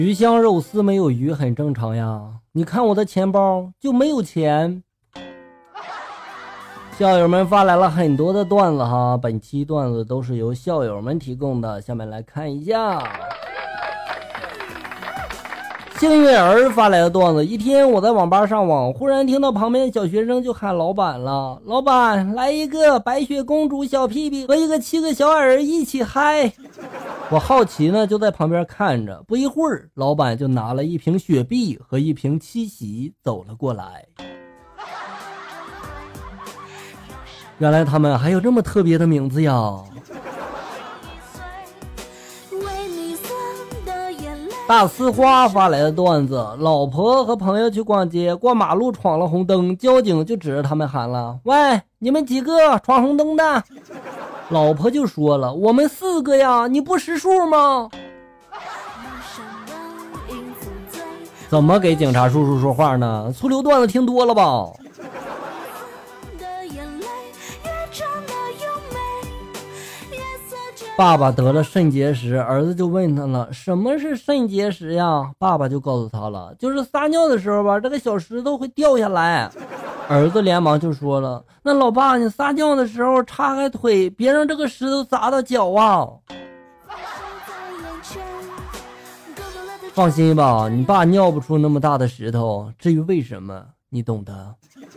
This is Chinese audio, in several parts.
鱼香肉丝没有鱼很正常呀，你看我的钱包就没有钱。校友们发来了很多的段子哈，本期段子都是由校友们提供的，下面来看一下。幸运儿发来的段子，一天我在网吧上网，忽然听到旁边的小学生就喊老板了，老板来一个白雪公主小屁屁和一个7个小矮人一起嗨。我好奇呢就在旁边看着，不一会儿老板就拿了一瓶雪碧和一瓶七喜走了过来。原来他们还有这么特别的名字呀。大丝花发来的段子，老婆和朋友去逛街，过马路闯了红灯，交警就指着他们喊了，喂，你们几个闯红灯的？老婆就说了，我们4个呀，你不识数吗？怎么给警察叔叔说话呢？粗流段子听多了吧。爸爸得了肾结石，儿子就问他了，什么是肾结石呀？爸爸就告诉他了，就是撒尿的时候吧，这个小石头会掉下来。儿子连忙就说了，那老爸你撒尿的时候叉开腿，别让这个石头砸到脚啊。放心吧，你爸尿不出那么大的石头，至于为什么你懂的。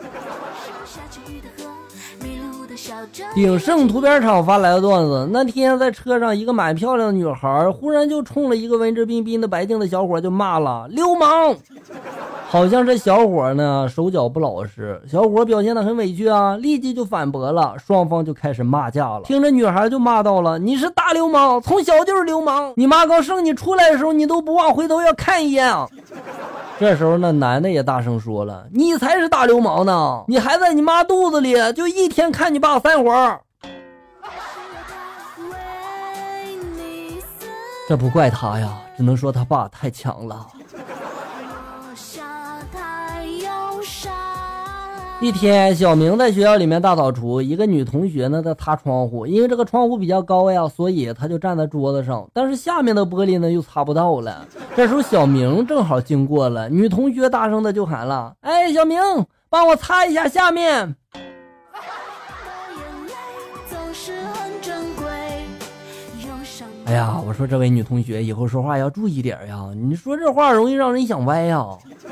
鼎盛图片厂发来的段子，那天在车上，一个蛮漂亮的女孩忽然就冲了一个文质彬彬的白净的小伙就骂了，流氓。好像这小伙呢手脚不老实，小伙表现得很委屈啊，立即就反驳了，双方就开始骂架了。听着女孩就骂到了，你是大流氓，从小就是流氓，你妈刚生你出来的时候你都不忘回头要看一眼啊。这时候那男的也大声说了，你才是大流氓呢，你还在你妈肚子里就一天看你爸3回。这不怪他呀，只能说他爸太强了。一天小明在学校里面大扫除，一个女同学呢在擦窗户，因为这个窗户比较高呀，所以她就站在桌子上，但是下面的玻璃呢又擦不到了。这时候小明正好经过了，女同学大声的就喊了，哎，小明帮我擦一下下面。哎呀，我说这位女同学以后说话要注意点呀，你说这话容易让人想歪呀。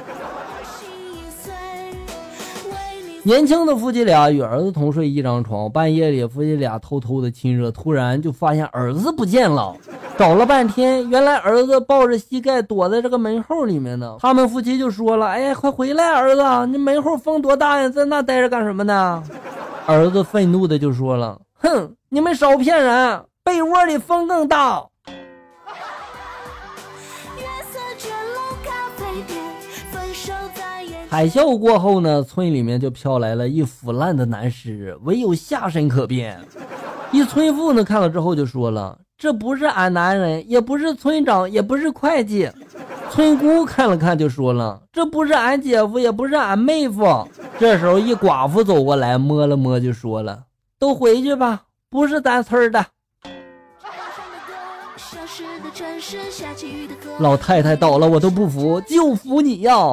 年轻的夫妻俩与儿子同睡一张床，半夜里夫妻俩偷偷的亲热，突然就发现儿子不见了，找了半天，原来儿子抱着膝盖躲在这个门后里面呢。他们夫妻就说了，哎呀，快回来儿子，你门后风多大呀，在那待着干什么呢？儿子愤怒的就说了，哼，你们少骗人，被窝里风更大。海啸过后呢，村里面就飘来了一腐烂的男尸，唯有下身可辨。一村妇呢看了之后就说了，这不是俺男人，也不是村长，也不是会计。村姑看了看就说了，这不是俺姐夫，也不是俺妹夫。这时候一寡妇走过来摸了摸就说了，都回去吧，不是咱村的。老太太倒了我都不服，就服你呀。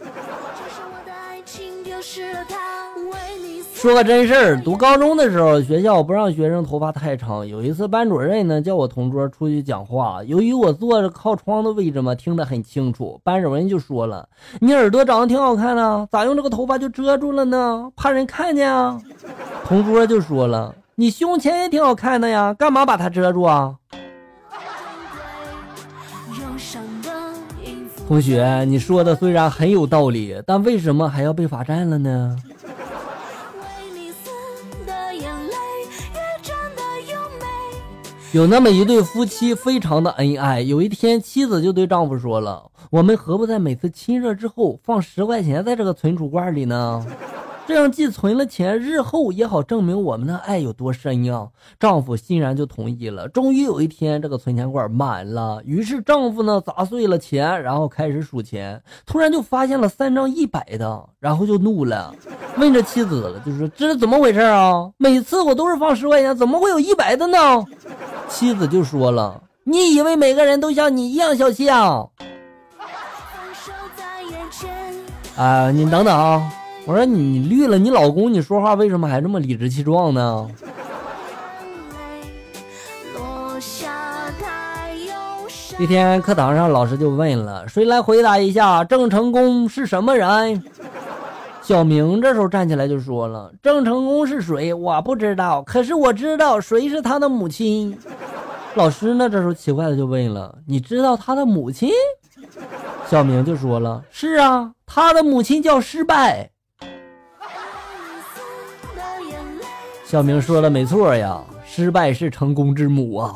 说个真事儿，读高中的时候，学校不让学生头发太长。有一次班主任呢叫我同桌出去讲话，由于我坐着靠窗的位置嘛，听得很清楚，班主任就说了，你耳朵长得挺好看的，咋用这个头发就遮住了呢？怕人看见啊。同桌就说了，你胸前也挺好看的呀，干嘛把它遮住啊？同学，你说的虽然很有道理，但为什么还要被罚站了呢？有那么一对夫妻非常的恩爱，有一天妻子就对丈夫说了，我们何不在每次亲热之后放10块钱在这个存储罐里呢？这样既存了钱，日后也好证明我们的爱有多深呀。丈夫欣然就同意了。终于有一天，这个存钱罐满了，于是丈夫呢砸碎了钱，然后开始数钱，突然就发现了3张100的，然后就怒了，问着妻子了，就说这是怎么回事啊？每次我都是放10块钱，怎么会有100的呢？妻子就说了，你以为每个人都像你一样小气啊？ 你等等啊，我说你绿了你老公，你说话为什么还这么理直气壮呢？一天课堂上老师就问了，谁来回答一下郑成功是什么人？小明这时候站起来就说了，郑成功是谁我不知道，可是我知道谁是他的母亲。老师呢这时候奇怪的就问了，你知道他的母亲？小明就说了，是啊，他的母亲叫失败。小明说了没错呀，失败是成功之母啊。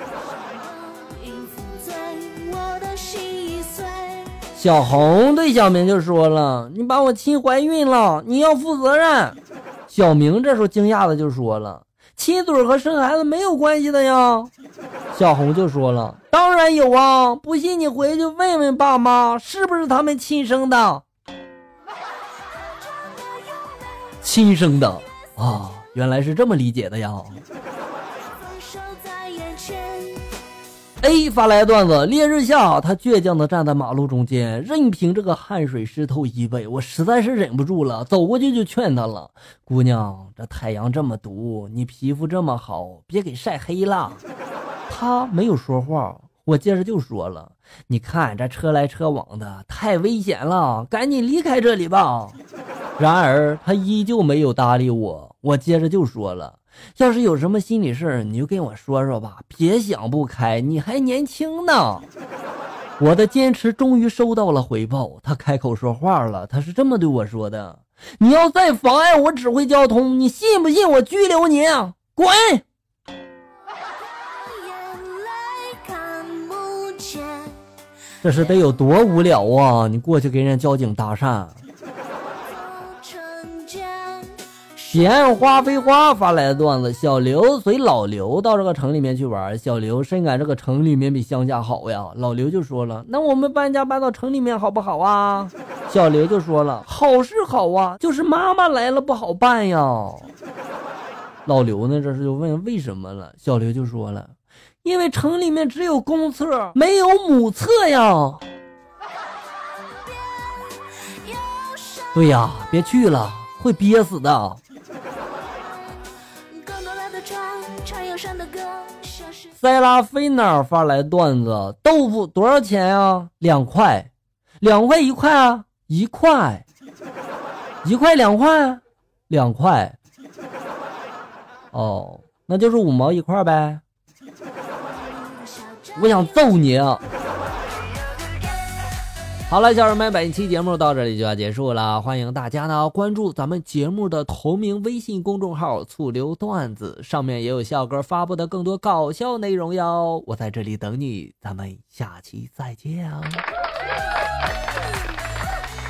小红对小明就说了，你把我亲怀孕了，你要负责任。小明这时候惊讶的就说了，亲嘴和生孩子没有关系的呀。小红就说了，当然有啊，不信你回去问问爸妈是不是他们亲生的。亲生的啊，原来是这么理解的呀。A 发来段子，烈日下他倔强地站在马路中间，任凭这个汗水湿透衣背，我实在是忍不住了，走过去就劝他了，姑娘，这太阳这么毒，你皮肤这么好，别给晒黑了。他没有说话，我接着就说了，你看这车来车往的太危险了，赶紧离开这里吧。然而他依旧没有搭理我，我接着就说了，要是有什么心理事你就跟我说说吧，别想不开，你还年轻呢。我的坚持终于收到了回报，他开口说话了，他是这么对我说的，你要再妨碍我指挥交通，你信不信我拘留你？滚！这是得有多无聊啊，你过去给人家交警搭讪。闲花飞花发来的段子，小刘随老刘到这个城里面去玩，小刘深感这个城里面比乡下好呀，老刘就说了，那我们搬家搬到城里面好不好啊？小刘就说了，好是好啊，就是妈妈来了不好办呀。老刘呢这是就问为什么了，小刘就说了，因为城里面只有公厕没有母厕呀。对呀，别去了，会憋死的。塞拉菲娜发来段子，豆腐多少钱啊？2块，2块1块啊？1块，1块2块，2块。哦，那就是5毛1块呗。我想揍你啊！好了，小人们，本期节目到这里就要结束了，欢迎大家呢关注咱们节目的同名微信公众号醋溜段子，上面也有笑哥发布的更多搞笑内容哟，我在这里等你，咱们下期再见啊。